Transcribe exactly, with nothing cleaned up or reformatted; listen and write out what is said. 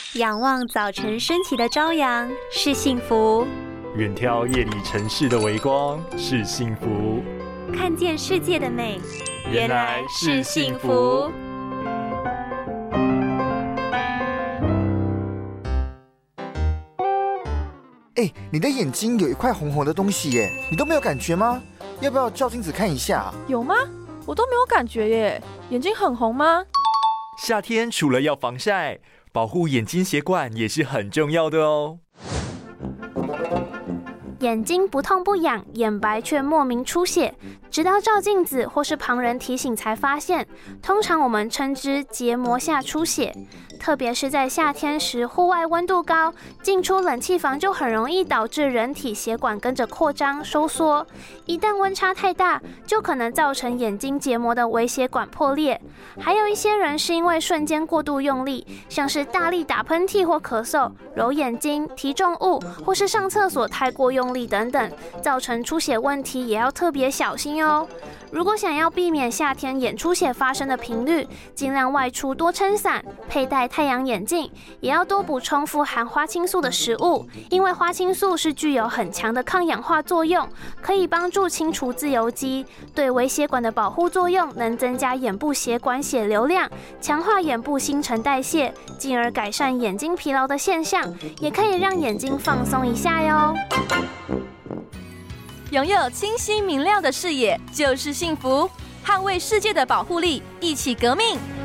仰望早晨升起的朝阳是幸福， 远眺夜里城市的微光是幸福， 看见世界的美原来是幸福。 哎，你的眼睛有一块红红的东西耶，你都没有感觉吗？要不要照镜子看一下？ 有吗？我都没有感觉耶，眼睛很红吗？ 夏天除了要防晒，保护眼睛血管也是很重要的哦。 眼睛不痛不痒，眼白却莫名出血，直到照镜子或是旁人提醒才发现，通常我们称之结膜下出血。特别是在夏天时，户外温度高，进出冷气房就很容易导致人体血管跟着扩张收缩，一旦温差太大，就可能造成眼睛结膜的微血管破裂。还有一些人是因为瞬间过度用力，像是大力打喷嚏或咳嗽、揉眼睛、提重物，或是上厕所太过用力等等，造成出血问题，也要特别小心哦。如果想要避免夏天眼出血发生的频率，尽量外出多撑伞，佩戴太阳眼镜，也要多补充富含花青素的食物，因为花青素是具有很强的抗氧化作用，可以帮助清除自由基，对微血管的保护作用能增加眼部血管血流量，强化眼部新陈代谢，进而改善眼睛疲劳的现象，也可以让眼睛放松一下哟。 拥有清晰明亮的视野就是幸福，捍卫世界的保护力，一起革命。